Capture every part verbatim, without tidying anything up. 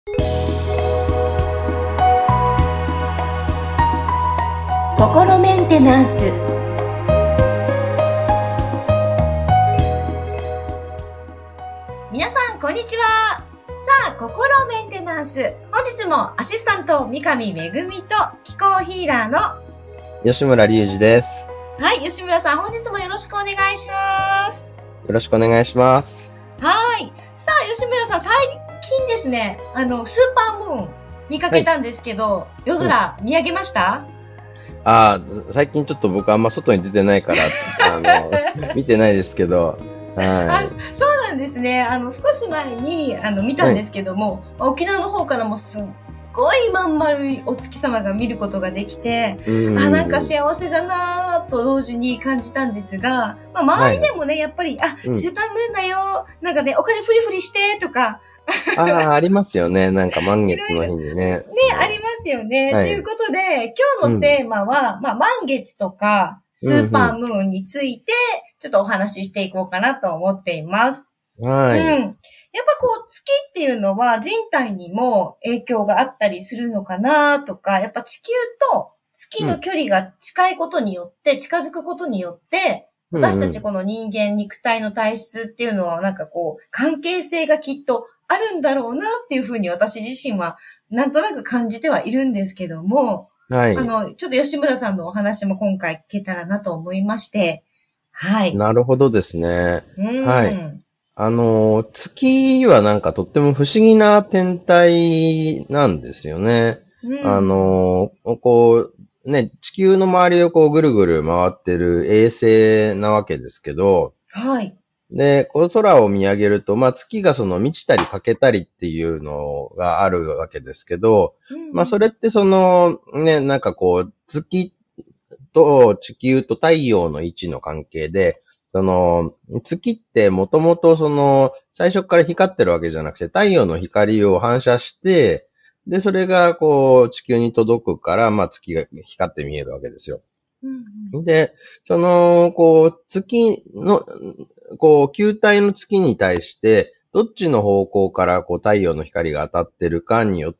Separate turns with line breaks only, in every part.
心メンテナンス。皆さんこんにちは。さあ、心メンテナンス、本日もアシスタント三上めぐみと気候ヒーラーの
吉村隆二です。
はい、吉村さん、本日もよろしくお願いします。
よろしくお願いします。
はい。さあ、吉村さん、最近ですね、あのスーパームーン見かけたんですけど、はい、夜空見上げました？
ああ、最近ちょっと僕あんま外に出てないからあの見てないですけど、はい。
あ、そうなんですね。あの少し前にあの見たんですけども、はい、沖縄の方からもすっごいまん丸いお月様が見ることができて、あ、なんか幸せだなと同時に感じたんですが、まあ、周りでもね、はい、やっぱり、あ、スーパームーンだよ、なんかね、お金フリフリしてとか。
ああ、ありますよね。なんか満月の日にね。ね、
ありますよね。と、はい、いうことで、今日のテーマは、うん、まあ、満月とか、スーパームーンについて、ちょっとお話ししていこうかなと思っています。
はい。
うん。やっぱこう、月っていうのは人体にも影響があったりするのかなとか、やっぱ地球と月の距離が近いことによって、うん、近づくことによって、私たちこの人間肉体の体質っていうのはなんかこう、関係性がきっとあるんだろうなっていうふうに私自身はなんとなく感じてはいるんですけども、
はい。
あの、ちょっと吉村さんのお話も今回聞けたらなと思いまして、はい。
なるほどですね。
うん。
はい。あの、月はなんかとっても不思議な天体なんですよね。うん、あの、こう、ね、地球の周りをこうぐるぐる回ってる衛星なわけですけど、
はい。
で、こう空を見上げると、まあ月がその満ちたり欠けたりっていうのがあるわけですけど、うん、まあそれってその、ね、なんかこう、月と地球と太陽の位置の関係で、その、月ってもともとその、最初から光ってるわけじゃなくて、太陽の光を反射して、で、それがこう、地球に届くから、まあ月が光って見えるわけですよ。うんうん、で、その、こう、月の、こう、球体の月に対して、どっちの方向からこう太陽の光が当たってるかによって、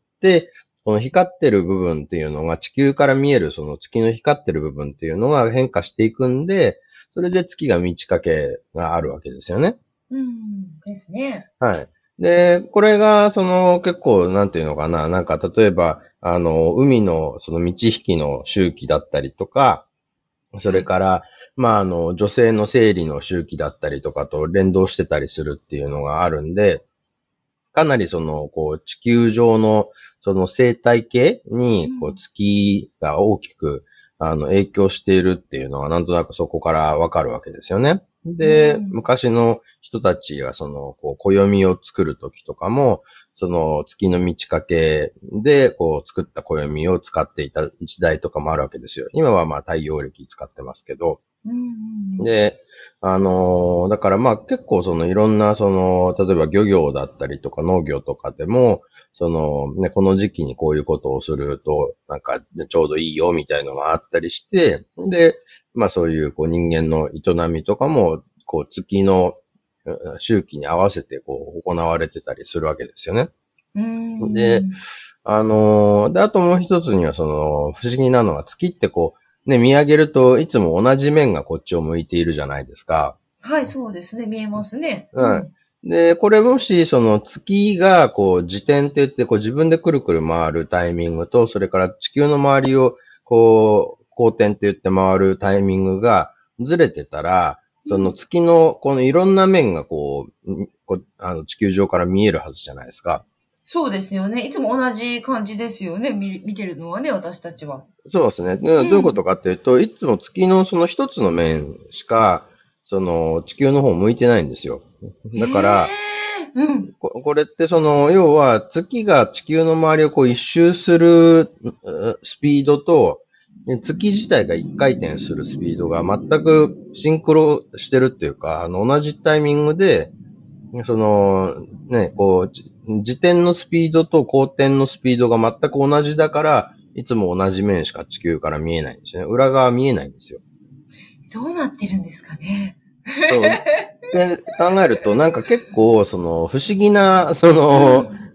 この光ってる部分っていうのが地球から見えるその月の光ってる部分っていうのが変化していくんで、それで月が満ち欠けがあるわけですよね。
うん、ですね。
はい。で、これが、その、結構、なんていうのかな、なんか、例えば、あの、海の、その、満ち引きの周期だったりとか、それから、まあ、あの、女性の生理の周期だったりとかと連動してたりするっていうのがあるんで、かなりその、こう、地球上の、その生態系に、こう、月が大きく、あの、影響しているっていうのは、なんとなくそこからわかるわけですよね。で、うん、昔の人たちが、その、こう、暦を作るときとかも、その、月の満ち欠けで、こう、作った暦を使っていた時代とかもあるわけですよ。今はまあ、太陽暦使ってますけど。
うん、
で、あのー、だからまあ結構そのいろんなその、例えば漁業だったりとか農業とかでも、そのね、この時期にこういうことをすると、なんかちょうどいいよみたいのがあったりして、で、まあそういうこう人間の営みとかも、こう月の周期に合わせてこう行われてたりするわけですよね。
うん
で、あのー、で、あともう一つにはその、不思議なのは月ってこう、ね、見上げるといつも同じ面がこっちを向いているじゃないですか。
はい、そうですね。見えますね。
はい。うん、で、これもし、その月が、こう、自転って言って、こう自分でくるくる回るタイミングと、それから地球の周りを、こう、公転って言って回るタイミングがずれてたら、その月の、このいろんな面がこう、こうあの地球上から見えるはずじゃないですか。
そうですよね。いつも同じ感じですよね。見、見てるのはね、私たちは。
そうですね。どういうことかっていうと、うん、いつも月のその一つの面しか、その地球の方向いてないんですよ。だから、
うん、
こ, これってその、要は月が地球の周りをこう一周するスピードと、月自体が一回転するスピードが全くシンクロしてるっていうか、あの同じタイミングで、その、ね、こう、自転のスピードと公転のスピードが全く同じだから、いつも同じ面しか地球から見えないんですよね。裏側見えないんですよ。
どうなってるんですかね。
そうで考えると、なんか結構、その、不思議な、その、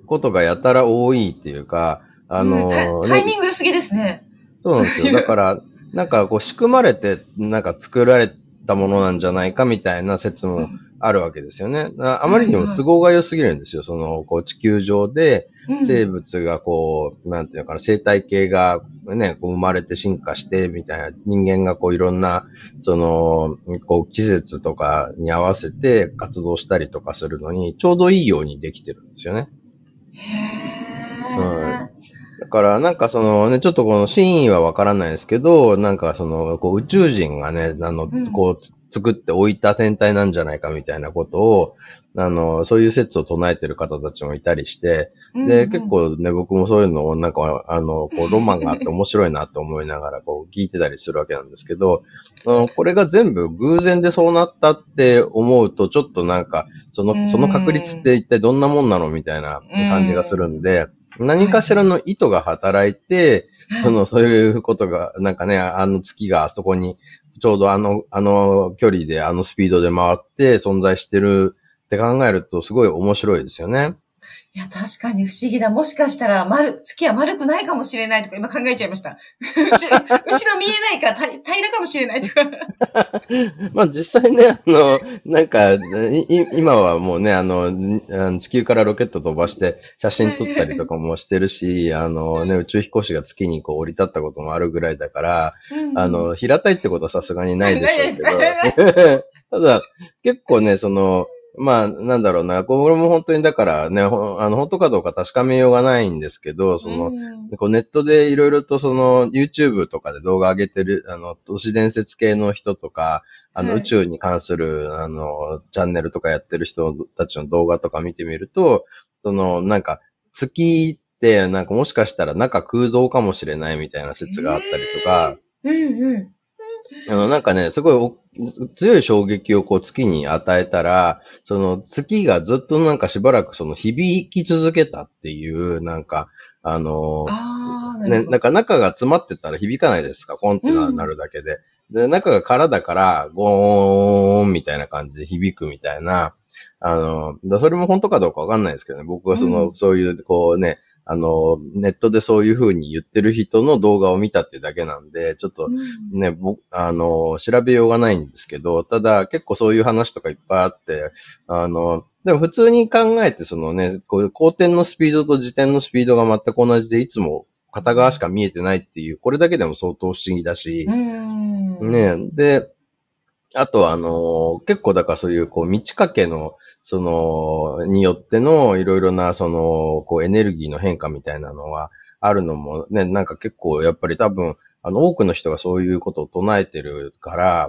ことがやたら多いっていうか、あのー
うん、タ、タイミング良すぎですね。
そうなんですよ。だから、なんかこう仕組まれて、なんか作られたものなんじゃないかみたいな説もあるわけですよね。あまりにも都合が良すぎるんですよ。その、こう地球上で生物がこう、なんていうのかな、生態系がね、こう生まれて進化してみたいな、人間がこういろんな、その、こう季節とかに合わせて活動したりとかするのに、ちょうどいいようにできてるんですよね。
へ
うん
ー。
だから、なんかそのね、ちょっとこの真意はわからないですけど、なんかその、こう宇宙人がね、あの、
うん、
こう、作っておいた天体なんじゃないかみたいなことを、あの、そういう説を唱えてる方たちもいたりして、
うん、
で、
うん。
結構ね、僕もそういうのをなんか、あの、こう、ロマンがあって面白いなと思いながら、こう、聞いてたりするわけなんですけど、うん、これが全部偶然でそうなったって思うと、ちょっとなんか、そ
う
の、その確率っ
ん。
て一体どんなもんなのみたいな
う
感じがするん
ん。
で、何
はい、
かしら
はい。
の意図が働いて、
はい。
その、そういうことが、なんかね、あの月があそこに、ちょうどあの、あの距離で、あのスピードで回って存在してるって考えると、すごい面白いですよね。
いや、確かに不思議だ。もしかしたら、丸、月は丸くないかもしれないとか今考えちゃいました。後ろ、後ろ見えないから平平らかもしれないとか。
まあ実際ね、あの、なんか、い今はもうね、あの、地球からロケット飛ばして写真撮ったりとかもしてるし、あのね、宇宙飛行士が月にこう降り立ったこともあるぐらいだから、
うんうん。
あの、平たいってことはさすがにないで
ないですか？
しょうけど、ただ、結構ね、その、まあ、なんだろうな、これも本当にだからね、ほあの、本当かどうか確かめようがないんですけど、そ
う
の、
ん。
こうネットでいろいろとその YouTube とかで動画上げてる、あの、都市伝説系の人とか、あの、宇
はい。
宙に関する、あの、チャンネルとかやってる人たちの動画とか見てみると、その、なんか、月って、なんかもしかしたら中空洞かもしれないみたいな説があったりとか、
へえ。うんうん。
あの、なんかね、すごいお強い衝撃をこう月に与えたら、その月がずっとなんかしばらくその響き続けたっていう、なんか、あの、
ああ、なる
ね、
ほど。
なんか中が詰まってたら響かないですか、コンってなな
うん。
るだけで。で、中が空だから、ゴーンみたいな感じで響くみたいな、あの、だそれも本当かどうかわかんないですけどね、僕はその、
うん。
そういう、こうね、あの、ネットでそういう風に言ってる人の動画を見たってだけなんで、ちょっと
うん。
ね、僕、あの、調べようがないんですけど、ただ結構そういう話とかいっぱいあって、あの、でも普通に考えてそのね、こういう公転のスピードと自転のスピードが全く同じで、いつも片側しか見えてないっていう、これだけでも相当不思議だ
う
し、
ん。
ね、で、あとは、あの、結構だからそういう、こう、満ち欠けの、その、によっての、いろいろな、その、こう、エネルギーの変化みたいなのは、あるのもね、なんか結構、やっぱり多分、あの、多くの人がそういうことを唱えてるから、
うん。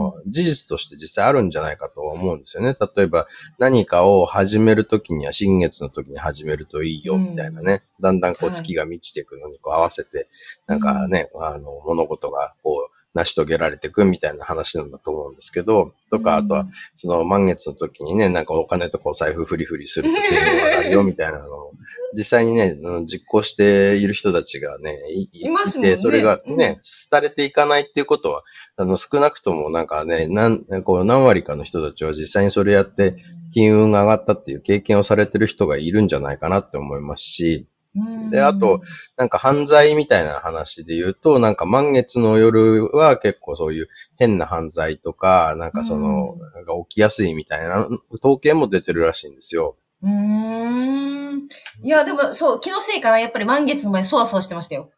あの、事実として実際あるんじゃないかとは思うんですよね。例えば、何かを始めるときには、新月のときに始めるといい
う
よ、みたいな
ん。
ね。だんだんこう、
はい。
月が満ちていくのにこう合わせて、
う
なんか
ん。
ね、あの、物事が、こう、成し遂げられていくみたいな話なんだと思うんですけど、
う
とか、あとは、
ん。
その満月の時にね、なんかお金とかお財布フリフリすると金運上がるよみたいなのを、実際にね、実行している人たちがね、い
いますも
いて、それ
んね。
がね、
うん。
廃れていかないっていうことは、あの、少なくともなんかね、なん、こう何割かの人たちは実際にそれやって、金運が上がったっていう経験をされてる人がいるんじゃないかなって思いますし、
う
で、あと、
ん。
なんか犯罪みたいな話で言うと、なんか満月の夜は結構そういう変な犯罪とか、なん
う
かその、
ん。
なんか起きやすいみたいな統計も出てるらしいんですよ。
うーん。いや、でも、そう、気のせいかな。やっぱり満月の前、そわそわしてましたよ。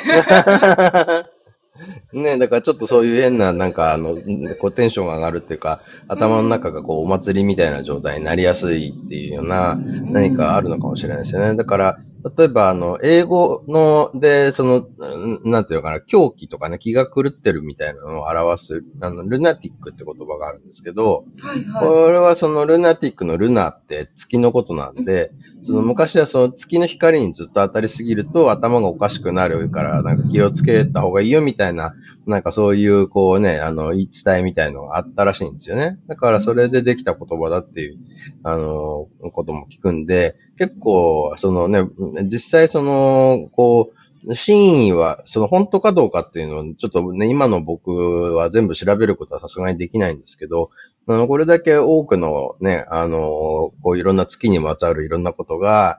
ね、だからちょっとそういう変な、なんかあの、こうテンションが上がるっていうか、
う
頭の中
ん。
がこうお祭りみたいな状態になりやすいっていうような
う
何かあるの
ん。
かもしれないですよね。だから、例えばあの、英語ので、その、なんていうのかな、狂気とかね、気が狂ってるみたいなのを表す、あの、ルナティックって言葉があるんですけど、
はいはい。
これはそのルナティックのルナって月のことなんで、その
うん。
昔はその月の光にずっと当たりすぎると頭がおかしくなるから、なんか気をつけた方がいいよみたいな、なんかそういうこうね、あの、言い伝えみたいのがあったらしいんですよね。だから
う
それでできた
ん。
言葉だっていう、あの、ことも聞くんで、結構、そのね、実際その、こう、真意は、その本当かどうかっていうのを、ちょっとね、今の僕は全部調べることはさすがにできないんですけど、あの、これだけ多くのね、あの、こういろんな月にまつわるいろんなことが、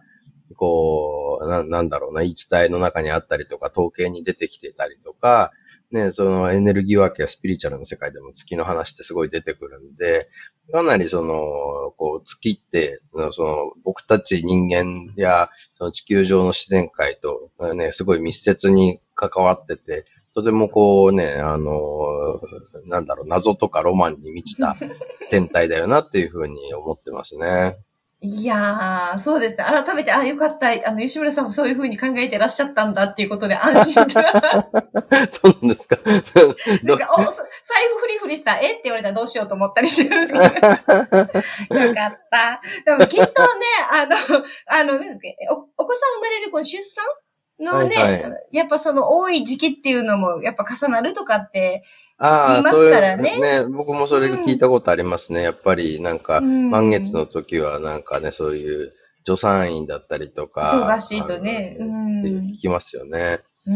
こう、な、なんだろうな、言い伝えの中にあったりとか、統計に出てきてたりとか、ね、そのエネルギーワークやスピリチュアルの世界でも月の話ってすごい出てくるんで、かなりその、こう、月って、その、僕たち人間や、その地球上の自然界と、ね、すごい密接に関わってて、とてもこうね、あの、なんだろう、謎とかロマンに満ちた天体だよなっていうふうに思ってますね。
いやー、そうですね。改めて、あ、よかった。あの、吉村さんもそういうふうに考えてらっしゃったんだっていうことで安心だ。
そうなんですか。
なんか、お、財布フリフリした、えって言われたらどうしようと思ったりしてるんですけど、ね。よかった。でもきっとね、あの、あの、なんですか、お、お子さん生まれるこの出産のね、はいはい、やっぱその多い時期っていうのもやっぱ重なるとかって言いますからね。
ね、僕もそれ聞いたことありますね。うん、やっぱりなんか、満月の時はなんかね、そういう助産院だったりとか。
忙しいとね。
うん、聞きますよね。
うん。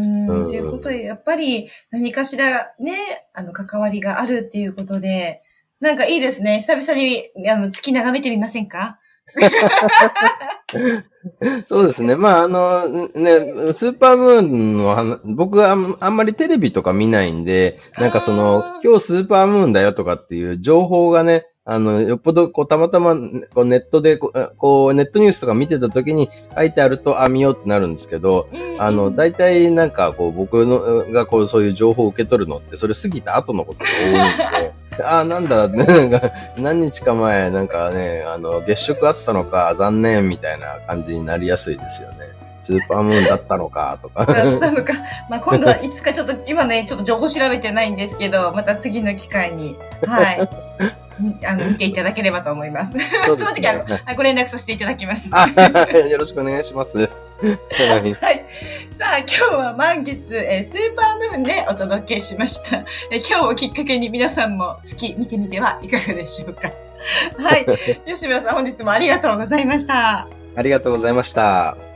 ということで、やっぱり何かしらね、あの、関わりがあるっていうことで、なんかいいですね。久々に、あの、月眺めてみませんか？
そうですね。まあ、あの、ね、スーパームーンの話、僕はあんまりテレビとか見ないんで、なんかその、今日スーパームーンだよとかっていう情報がね、あの、よっぽど、こう、たまたま、こう、ネットで、こう、ネットニュースとか見てた時に書いてあると、あ、見ようってなるんですけど、あの、大体なんか、こう、僕のが、こう、そういう情報を受け取るのって、それ過ぎた後のことが多いんで、あ、なんだ、ね、なんか、何日か前、なんかね、あの、月食あったのか、残念みたいな感じになりやすいですよね。スーパームーンだったのか、とか。
だったのか。まあ、今度はいつかちょっと、今ね、ちょっと情報調べてないんですけど、また次の機会に、はい。あの、見ていただければと思います。そ, ね、その時はご連絡させていただきます。
よろしくお願いします。はい。
はい。さあ、今日は満月、えー、スーパームーンでお届けしました。えー、今日をきっかけに皆さんも月見てみてはいかがでしょうか。はい。吉村さん、本日もありがとうございました。
ありがとうございました。